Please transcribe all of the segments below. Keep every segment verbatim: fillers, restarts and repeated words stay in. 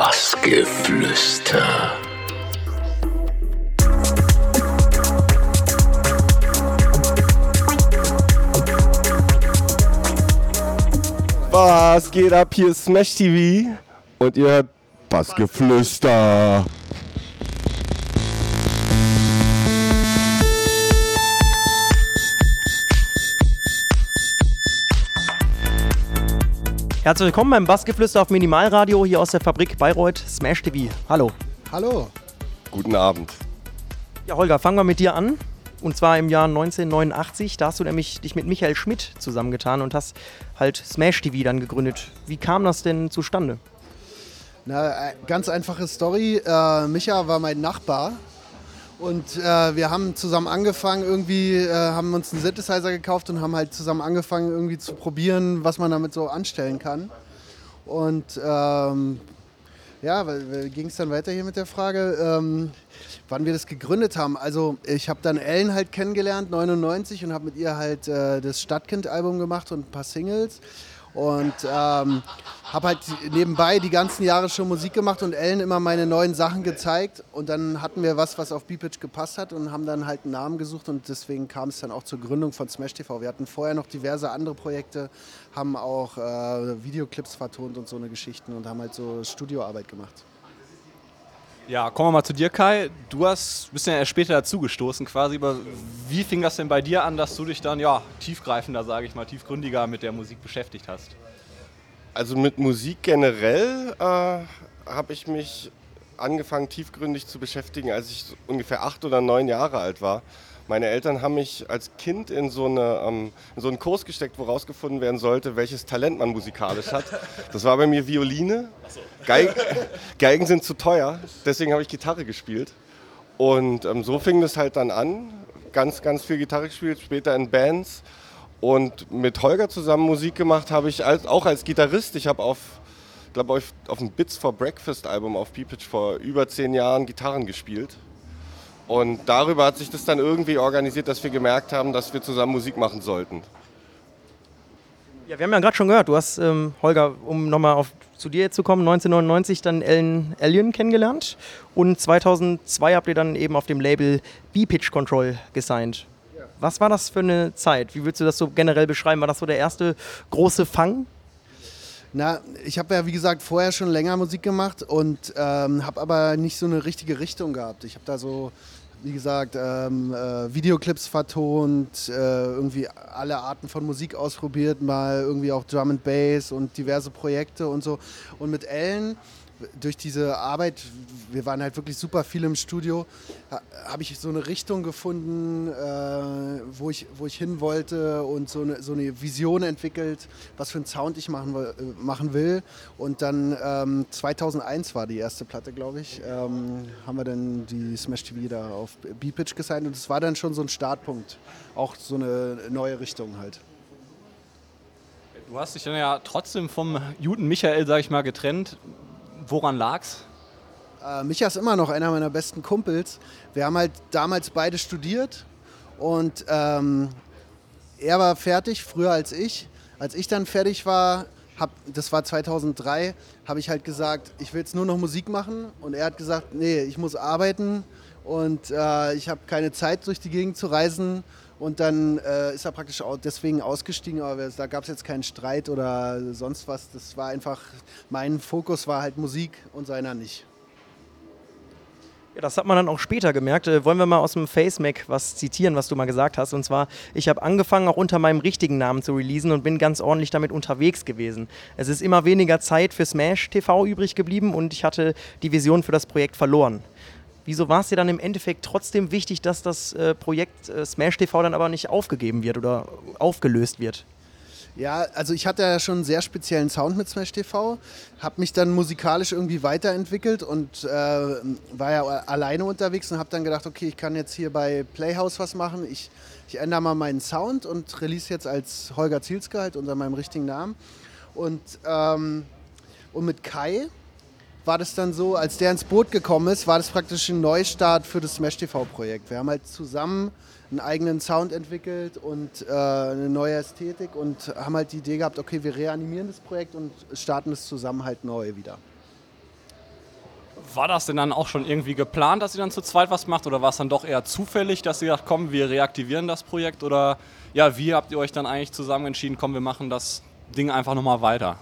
Bassgeflüster. Was geht ab? Hier ist Smash T V und ihr hört Bassgeflüster. Herzlich willkommen beim Bassgeflüster auf Minimalradio hier aus der Fabrik Bayreuth, Smash T V. Hallo. Hallo. Guten Abend. Ja, Holger, fangen wir mit dir an. Und zwar im Jahr neunzehnhundertneunundachtzig. Da hast du nämlich dich mit Michael Schmidt zusammengetan und hast halt Smash T V dann gegründet. Wie kam das denn zustande? Na, ganz einfache Story. Äh, Micha war mein Nachbar. Und äh, wir haben zusammen angefangen, irgendwie äh, haben uns einen Synthesizer gekauft und haben halt zusammen angefangen, irgendwie zu probieren, was man damit so anstellen kann. Und ähm, ja, ging es dann weiter hier mit der Frage, ähm, wann wir das gegründet haben. Also ich habe dann Ellen halt kennengelernt, neunundneunzig, und habe mit ihr halt äh, das Stadtkind-Album gemacht und ein paar Singles. Und ähm, habe halt nebenbei die ganzen Jahre schon Musik gemacht und Ellen immer meine neuen Sachen gezeigt. Und dann hatten wir was, was auf B-Pitch gepasst hat, und haben dann halt einen Namen gesucht. Und deswegen kam es dann auch zur Gründung von Smash T V. Wir hatten vorher noch diverse andere Projekte, haben auch äh, Videoclips vertont und so eine Geschichten und haben halt so Studioarbeit gemacht. Ja, kommen wir mal zu dir, Kai. Du hast, bist ja erst später dazugestoßen quasi. Aber wie fing das denn bei dir an, dass du dich dann ja tiefgreifender, sage ich mal, tiefgründiger mit der Musik beschäftigt hast? Also mit Musik generell äh, habe ich mich angefangen tiefgründig zu beschäftigen, als ich so ungefähr acht oder neun Jahre alt war. Meine Eltern haben mich als Kind in so, eine, ähm, in so einen Kurs gesteckt, wo rausgefunden werden sollte, welches Talent man musikalisch hat. Das war bei mir Violine. Geig- Geigen sind zu teuer, deswegen habe ich Gitarre gespielt. Und ähm, so fing das halt dann an. Ganz, ganz viel Gitarre gespielt, später in Bands. Und mit Holger zusammen Musik gemacht habe ich als, auch als Gitarrist. Ich habe auf, glaube auf, auf dem Bits for Breakfast Album auf B-Pitch vor über zehn Jahren Gitarren gespielt. Und darüber hat sich das dann irgendwie organisiert, dass wir gemerkt haben, dass wir zusammen Musik machen sollten. Ja, wir haben ja gerade schon gehört, du hast, ähm, Holger, um nochmal zu dir jetzt zu kommen, neunzehnhundertneunundneunzig dann Ellen Allien kennengelernt und zweitausendzwei habt ihr dann eben auf dem Label B-Pitch Control gesigned. Ja. Was war das für eine Zeit? Wie würdest du das so generell beschreiben? War das so der erste große Fang? Na, ich habe ja wie gesagt vorher schon länger Musik gemacht und ähm, habe aber nicht so eine richtige Richtung gehabt. Ich habe da so, wie gesagt, ähm, äh, Videoclips vertont, äh, irgendwie alle Arten von Musik ausprobiert, mal irgendwie auch Drum and Bass und diverse Projekte und so. Und mit Ellen, durch diese Arbeit, wir waren halt wirklich super viel im Studio, ha, habe ich so eine Richtung gefunden, äh, wo, ich, wo ich hin wollte, und so eine, so eine Vision entwickelt, was für einen Sound ich machen, äh, machen will. Und dann ähm, zweitausendeins war die erste Platte, glaube ich, ähm, haben wir dann die Smash T V da auf B-Pitch gesigned, und es war dann schon so ein Startpunkt, auch so eine neue Richtung halt. Du hast dich dann ja trotzdem vom Juden Michael, sag ich mal, getrennt. Woran lag's? Äh, Micha ist immer noch einer meiner besten Kumpels. Wir haben halt damals beide studiert und ähm, er war fertig, früher als ich. Als ich dann fertig war, hab, das war zweitausenddrei, habe ich halt gesagt, ich will jetzt nur noch Musik machen, und er hat gesagt, nee, ich muss arbeiten und äh, ich habe keine Zeit, durch die Gegend zu reisen. Und dann äh, ist er praktisch auch deswegen ausgestiegen, aber da gab es jetzt keinen Streit oder sonst was. Das war einfach, mein Fokus war halt Musik und seiner nicht. Ja, das hat man dann auch später gemerkt. Äh, wollen wir mal aus dem FaceMac was zitieren, was du mal gesagt hast. Und zwar, ich habe angefangen, auch unter meinem richtigen Namen zu releasen und bin ganz ordentlich damit unterwegs gewesen. Es ist immer weniger Zeit für Smash T V übrig geblieben und ich hatte die Vision für das Projekt verloren. Wieso war es dir dann im Endeffekt trotzdem wichtig, dass das äh, Projekt äh, Smash T V dann aber nicht aufgegeben wird oder aufgelöst wird? Ja, also ich hatte ja schon einen sehr speziellen Sound mit Smash T V, habe mich dann musikalisch irgendwie weiterentwickelt und äh, war ja alleine unterwegs und habe dann gedacht, okay, ich kann jetzt hier bei Playhouse was machen. Ich, ich ändere mal meinen Sound und release jetzt als Holger Zielske halt unter meinem richtigen Namen. Und, ähm, und mit Kai war das dann so, als der ins Boot gekommen ist, war das praktisch ein Neustart für das Smash T V-Projekt. Wir haben halt zusammen einen eigenen Sound entwickelt und äh, eine neue Ästhetik und haben halt die Idee gehabt, okay, wir reanimieren das Projekt und starten es zusammen halt neu wieder. War das denn dann auch schon irgendwie geplant, dass ihr dann zu zweit was macht? Oder war es dann doch eher zufällig, dass ihr gesagt, komm, wir reaktivieren das Projekt? Oder ja, wie habt ihr euch dann eigentlich zusammen entschieden, komm, wir machen das Ding einfach nochmal weiter?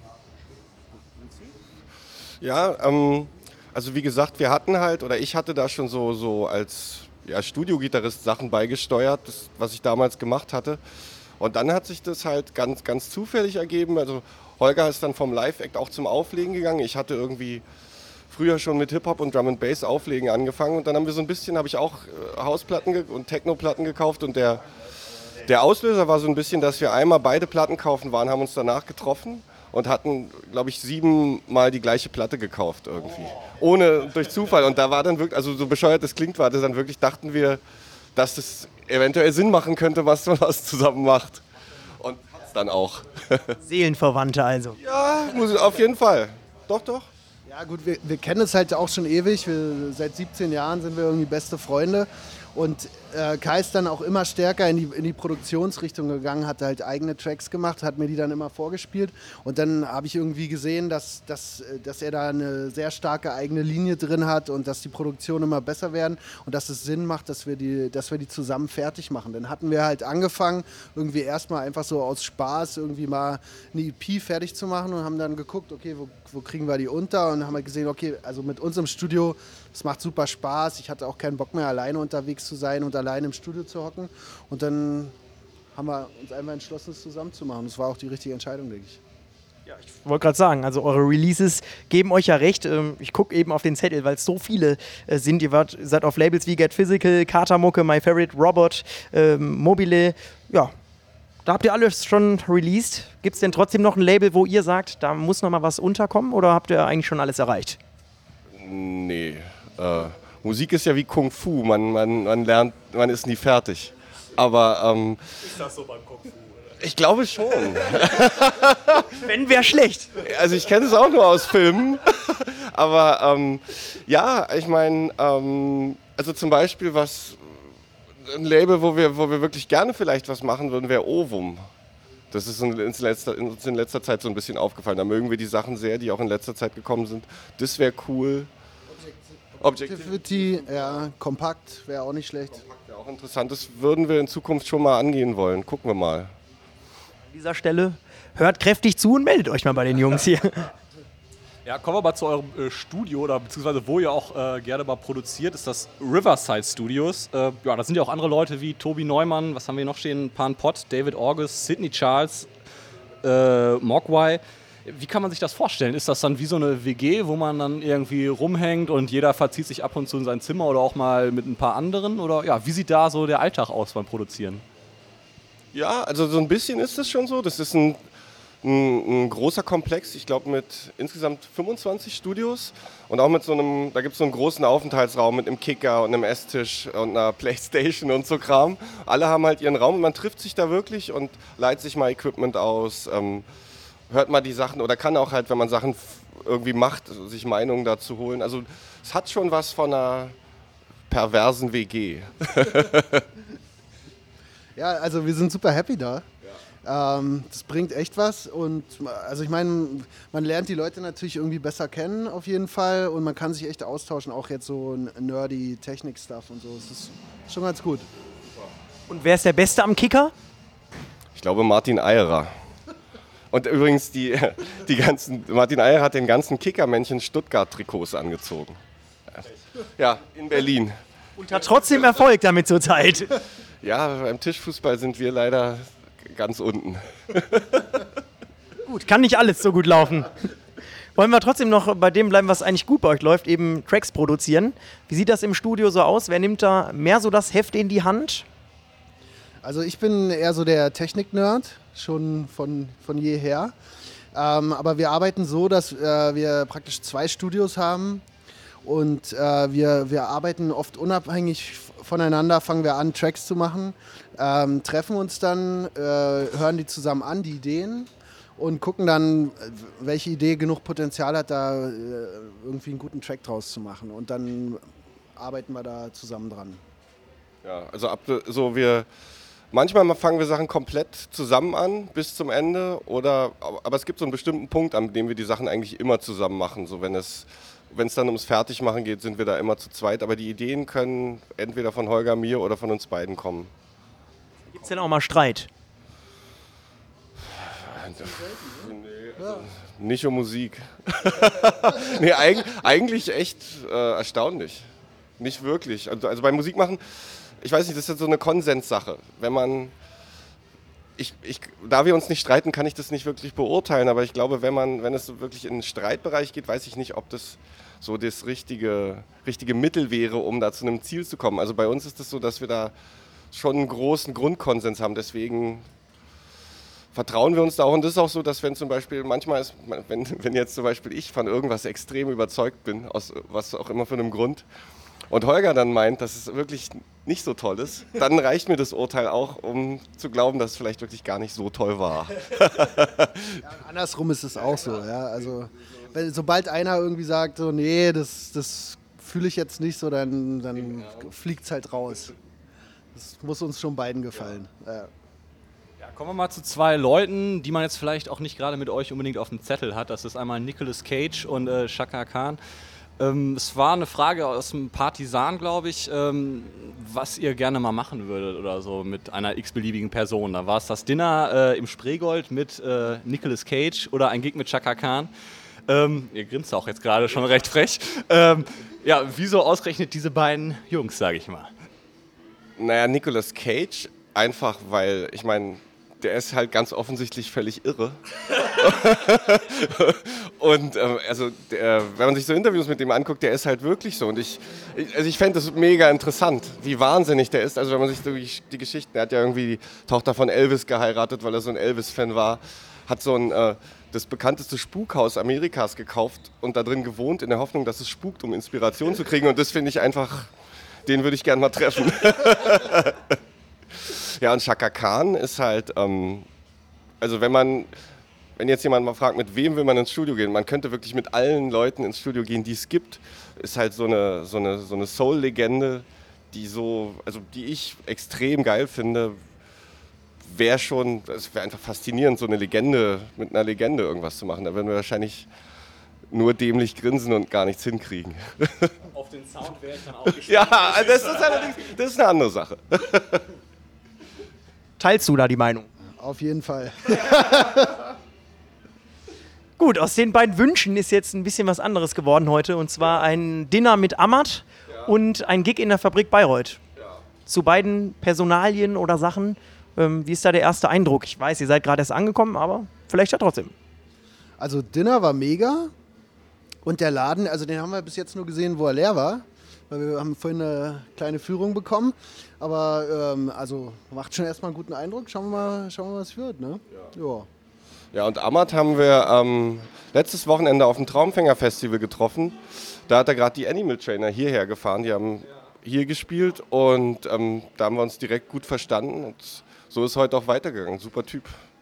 Ja, ähm, also wie gesagt, wir hatten halt, oder ich hatte da schon so, so als ja, Studiogitarrist Sachen beigesteuert, das, was ich damals gemacht hatte. Und dann hat sich das halt ganz, ganz zufällig ergeben. Also Holger ist dann vom Live-Act auch zum Auflegen gegangen. Ich hatte irgendwie früher schon mit Hip-Hop und Drum and Bass Auflegen angefangen. Und dann haben wir so ein bisschen, habe ich auch äh, Hausplatten ge- und Techno-Platten gekauft. Und der, der Auslöser war so ein bisschen, dass wir einmal beide Platten kaufen waren, haben uns danach getroffen und hatten, glaube ich, siebenmal die gleiche Platte gekauft irgendwie. Ohne, durch Zufall. Und da war dann wirklich, also so bescheuert das klingt, war das dann wirklich, dachten wir, dass das eventuell Sinn machen könnte, was man was zusammen macht. Und hat's dann auch. Seelenverwandte also. Ja, muss, auf jeden Fall. Doch, doch. Ja gut, wir, wir kennen es halt auch schon ewig. Wir, seit siebzehn Jahren sind wir irgendwie beste Freunde. Und äh, Kai ist dann auch immer stärker in die, in die Produktionsrichtung gegangen, hat halt eigene Tracks gemacht, hat mir die dann immer vorgespielt. Und dann habe ich irgendwie gesehen, dass, dass, dass er da eine sehr starke eigene Linie drin hat und dass die Produktionen immer besser werden und dass es Sinn macht, dass wir die, dass wir die zusammen fertig machen. Dann hatten wir halt angefangen, irgendwie erstmal einfach so aus Spaß irgendwie mal eine E P fertig zu machen und haben dann geguckt, okay, wo, wo kriegen wir die unter? Und haben halt gesehen, okay, also mit uns im Studio, es macht super Spaß. Ich hatte auch keinen Bock mehr, alleine unterwegs zu sein und alleine im Studio zu hocken. Und dann haben wir uns einfach entschlossen, es zusammen zu machen. Das war auch die richtige Entscheidung, denke ich. Ich wollte gerade sagen, also eure Releases geben euch ja recht. Ähm, Ich gucke eben auf den Zettel, weil es so viele äh, sind. Ihr wart, seid auf Labels wie Get Physical, Katermucke, My Favorite Robot, ähm, Mobile. Ja, da habt ihr alles schon released. Gibt es denn trotzdem noch ein Label, wo ihr sagt, da muss noch mal was unterkommen? Oder habt ihr eigentlich schon alles erreicht? Nee. Äh, Musik ist ja wie Kung Fu. Man, man, man lernt, man ist nie fertig. Aber ähm, Ist das so beim Kung Fu? ich glaube schon. Wenn, wäre schlecht. Also ich kenne es auch nur aus Filmen. Aber ähm, ja, ich meine, ähm, also zum Beispiel was, ein Label, wo wir, wo wir wirklich gerne vielleicht was machen würden, wäre Ovum. Das ist in, in, letzter, in, in letzter Zeit so ein bisschen aufgefallen. Da mögen wir die Sachen sehr, die auch in letzter Zeit gekommen sind. Das wäre cool. Objectivity, ja, kompakt wäre auch nicht schlecht. Wäre auch interessant. Das würden wir in Zukunft schon mal angehen wollen. Gucken wir mal. An dieser Stelle hört kräftig zu und meldet euch mal bei den Jungs hier. Ja, kommen wir mal zu eurem äh, Studio, oder beziehungsweise wo ihr auch äh, gerne mal produziert, ist das Riverside Studios. Äh, ja, da sind ja auch andere Leute wie Tobi Neumann, was haben wir hier noch stehen? Pan Pot, David August, Sidney Charles, äh, Mogwai. Wie kann man sich das vorstellen? Ist das dann wie so eine W G, wo man dann irgendwie rumhängt und jeder verzieht sich ab und zu in sein Zimmer oder auch mal mit ein paar anderen? Oder ja, wie sieht da so der Alltag aus beim Produzieren? Ja, also so ein bisschen ist es schon so. Das ist ein, ein, ein großer Komplex, ich glaube mit insgesamt fünfundzwanzig Studios und auch mit so einem, da gibt es so einen großen Aufenthaltsraum mit einem Kicker und einem Esstisch und einer Playstation und so Kram. Alle haben halt ihren Raum und man trifft sich da wirklich und leiht sich mal Equipment aus, ähm, hört mal die Sachen oder kann auch halt, wenn man Sachen f- irgendwie macht, sich Meinungen dazu holen. Also es hat schon was von einer perversen W G. Ja, also wir sind super happy da. Ja. Ähm, das bringt echt was und also ich meine, man lernt die Leute natürlich irgendwie besser kennen auf jeden Fall und man kann sich echt austauschen, auch jetzt so n- nerdy Technik-Stuff und so. Das ist schon ganz gut. Und wer ist der Beste am Kicker? Ich glaube Martin Eyerer. Und übrigens, die, die ganzen, Martin Eyerer hat den ganzen Kickermännchen Stuttgart-Trikots angezogen. Ja, in Berlin. Und hat trotzdem Erfolg damit zurzeit. Ja, beim Tischfußball sind wir leider ganz unten. Gut, kann nicht alles so gut laufen. Wollen wir trotzdem noch bei dem bleiben, was eigentlich gut bei euch läuft, eben Tracks produzieren. Wie sieht das im Studio so aus? Wer nimmt da mehr so das Heft in die Hand? Also ich bin eher so der Technik-Nerd, schon von, von jeher. Ähm, aber wir arbeiten so, dass äh, wir praktisch zwei Studios haben und äh, wir, wir arbeiten oft unabhängig voneinander, fangen wir an, Tracks zu machen, ähm, treffen uns dann, äh, hören die zusammen an, die Ideen und gucken dann, welche Idee genug Potenzial hat, da äh, irgendwie einen guten Track draus zu machen. Und dann arbeiten wir da zusammen dran. Ja, also ab, so wir, manchmal fangen wir Sachen komplett zusammen an bis zum Ende, oder, aber es gibt so einen bestimmten Punkt, an dem wir die Sachen eigentlich immer zusammen machen. So wenn es wenn es dann ums Fertigmachen geht, sind wir da immer zu zweit. Aber die Ideen können entweder von Holger, mir oder von uns beiden kommen. Gibt es denn auch mal Streit? Ja. Nicht um Musik. nee, eig eigentlich echt äh, erstaunlich. Nicht wirklich. Also, also beim Musikmachen, ich weiß nicht, das ist ja so eine Konsenssache. Wenn man, ich, ich, da wir uns nicht streiten, kann ich das nicht wirklich beurteilen. Aber ich glaube, wenn man, wenn es so wirklich in den Streitbereich geht, weiß ich nicht, ob das so das richtige, richtige Mittel wäre, um da zu einem Ziel zu kommen. Also bei uns ist es das so, dass wir da schon einen großen Grundkonsens haben. Deswegen vertrauen wir uns da auch. Und das ist auch so, dass wenn zum Beispiel, manchmal ist, wenn, wenn jetzt zum Beispiel ich von irgendwas extrem überzeugt bin, aus was auch immer für einem Grund, und Holger dann meint, dass es wirklich nicht so toll ist, dann reicht mir das Urteil auch, um zu glauben, dass es vielleicht wirklich gar nicht so toll war. Ja, andersrum ist es auch so. Ja. Also, wenn, sobald einer irgendwie sagt, so, nee, das, das fühle ich jetzt nicht so, dann, dann fliegt es halt raus. Das muss uns schon beiden gefallen. Ja. Ja. Ja, kommen wir mal zu zwei Leuten, die man jetzt vielleicht auch nicht gerade mit euch unbedingt auf dem Zettel hat. Das ist einmal Nicolas Cage und äh, Chaka Khan. Ähm, es war eine Frage aus dem Partisan, glaube ich, ähm, was ihr gerne mal machen würdet oder so mit einer x-beliebigen Person. Da war es das Dinner äh, im Spreegold mit äh, Nicolas Cage oder ein Gig mit Chaka Khan. Ähm, ihr grinst auch jetzt gerade schon recht frech. Ähm, ja, wieso ausgerechnet diese beiden Jungs, sage ich mal? Naja, Nicolas Cage, einfach weil, ich meine, der ist halt ganz offensichtlich völlig irre. Und äh, also der, wenn man sich so Interviews mit dem anguckt, der ist halt wirklich so. Und ich, ich, also ich fände das mega interessant, wie wahnsinnig der ist. Also wenn man sich die, die Geschichten, er hat ja irgendwie die Tochter von Elvis geheiratet, weil er so ein Elvis-Fan war, hat so ein äh, das bekannteste Spukhaus Amerikas gekauft und da drin gewohnt, in der Hoffnung, dass es spukt, um Inspiration zu kriegen. Und das finde ich einfach, den würde ich gerne mal treffen. Ja, und Chaka Khan ist halt, ähm, also wenn man, wenn jetzt jemand mal fragt, mit wem will man ins Studio gehen, man könnte wirklich mit allen Leuten ins Studio gehen, die es gibt. Ist halt so eine, so eine, so eine Soul-Legende, die so, also die ich extrem geil finde. Wäre schon, es wäre einfach faszinierend, so eine Legende, mit einer Legende irgendwas zu machen. Da würden wir wahrscheinlich nur dämlich grinsen und gar nichts hinkriegen. Auf den Sound wäre ich dann auch gespannt. Ja, das ist allerdings, das ist eine andere Sache. Teilst du da die Meinung? Auf jeden Fall. Gut, aus den beiden Wünschen ist jetzt ein bisschen was anderes geworden heute. Und zwar ein Dinner mit Amat ja. und ein Gig in der Fabrik Bayreuth. Ja. Zu beiden Personalien oder Sachen. Ähm, wie ist da der erste Eindruck? Ich weiß, ihr seid gerade erst angekommen, aber vielleicht ja trotzdem. Also Dinner war mega. Und der Laden, also den haben wir bis jetzt nur gesehen, wo er leer war. Weil wir haben vorhin eine kleine Führung bekommen. Aber ähm, also macht schon erstmal einen guten Eindruck. Schauen wir mal, schauen wir mal was es wird. Ne? Ja. Ja. Ja, und Amat haben wir ähm, letztes Wochenende auf dem Traumfänger-Festival getroffen. Da hat er gerade die Animal Trainer hierher gefahren. Die haben hier gespielt und ähm, da haben wir uns direkt gut verstanden. Und so ist heute auch weitergegangen. Super Typ.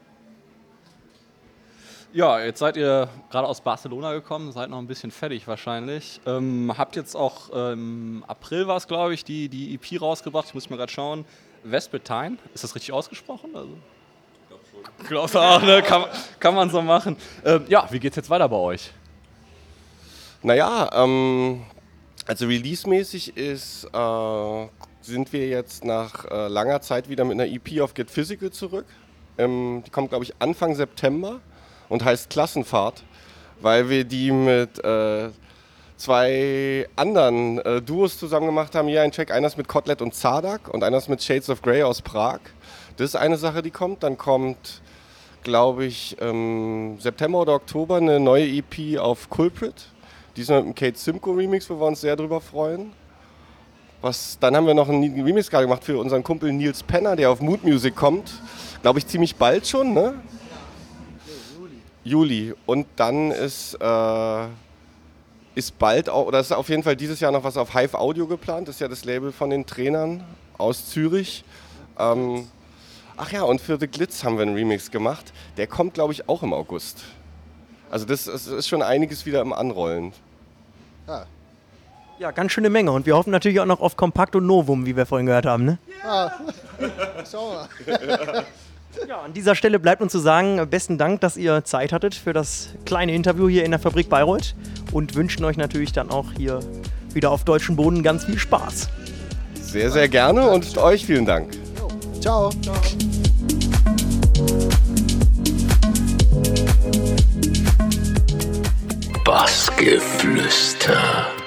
Ja, jetzt seid ihr gerade aus Barcelona gekommen, seid noch ein bisschen fertig wahrscheinlich. Ähm, habt jetzt auch im ähm, April war es, glaube ich, die, die E P rausgebracht. Ich muss mal gerade schauen. Vespertine, ist das richtig ausgesprochen? Also, ich glaube schon. Auch, ne? kann, kann man so machen. Ähm, ja, wie geht's jetzt weiter bei euch? Naja, ähm, also release-mäßig ist, äh, sind wir jetzt nach äh, langer Zeit wieder mit einer E P auf Get Physical zurück. Ähm, die kommt, glaube ich, Anfang September. Und heißt Klassenfahrt, weil wir die mit äh, zwei anderen äh, Duos zusammen gemacht haben. Hier ein Track, einer ist mit Kotlet und Zardak und einer ist mit Shades of Grey aus Prag. Das ist eine Sache, die kommt. Dann kommt, glaube ich, im September oder Oktober eine neue E P auf Culprit. Diesmal mit einem Kate Simco Remix, wo wir uns sehr drüber freuen. Was, dann haben wir noch einen Remix gerade gemacht für unseren Kumpel Nils Penner, der auf Mood Music kommt. Glaube ich, ziemlich bald schon, ne? Juli. Und dann ist, äh, ist bald auch, oder ist auf jeden Fall dieses Jahr noch was auf Hive Audio geplant. Das ist ja das Label von den Trainern aus Zürich. Ähm, ach ja, und für The Glitz haben wir einen Remix gemacht. Der kommt, glaube ich, auch im August. Also das ist, ist schon einiges wieder im Anrollen. Ja. Ja, ganz schöne Menge. Und wir hoffen natürlich auch noch auf Kompakt und Novum, wie wir vorhin gehört haben. Ne? Ja. Schau mal. Ja, an dieser Stelle bleibt uns zu sagen, besten Dank, dass ihr Zeit hattet für das kleine Interview hier in der Fabrik Bayreuth. und wünschen euch natürlich dann auch hier wieder auf deutschem Boden ganz viel Spaß. Sehr, sehr gerne und euch vielen Dank. Ciao. Ciao. Bassgeflüster.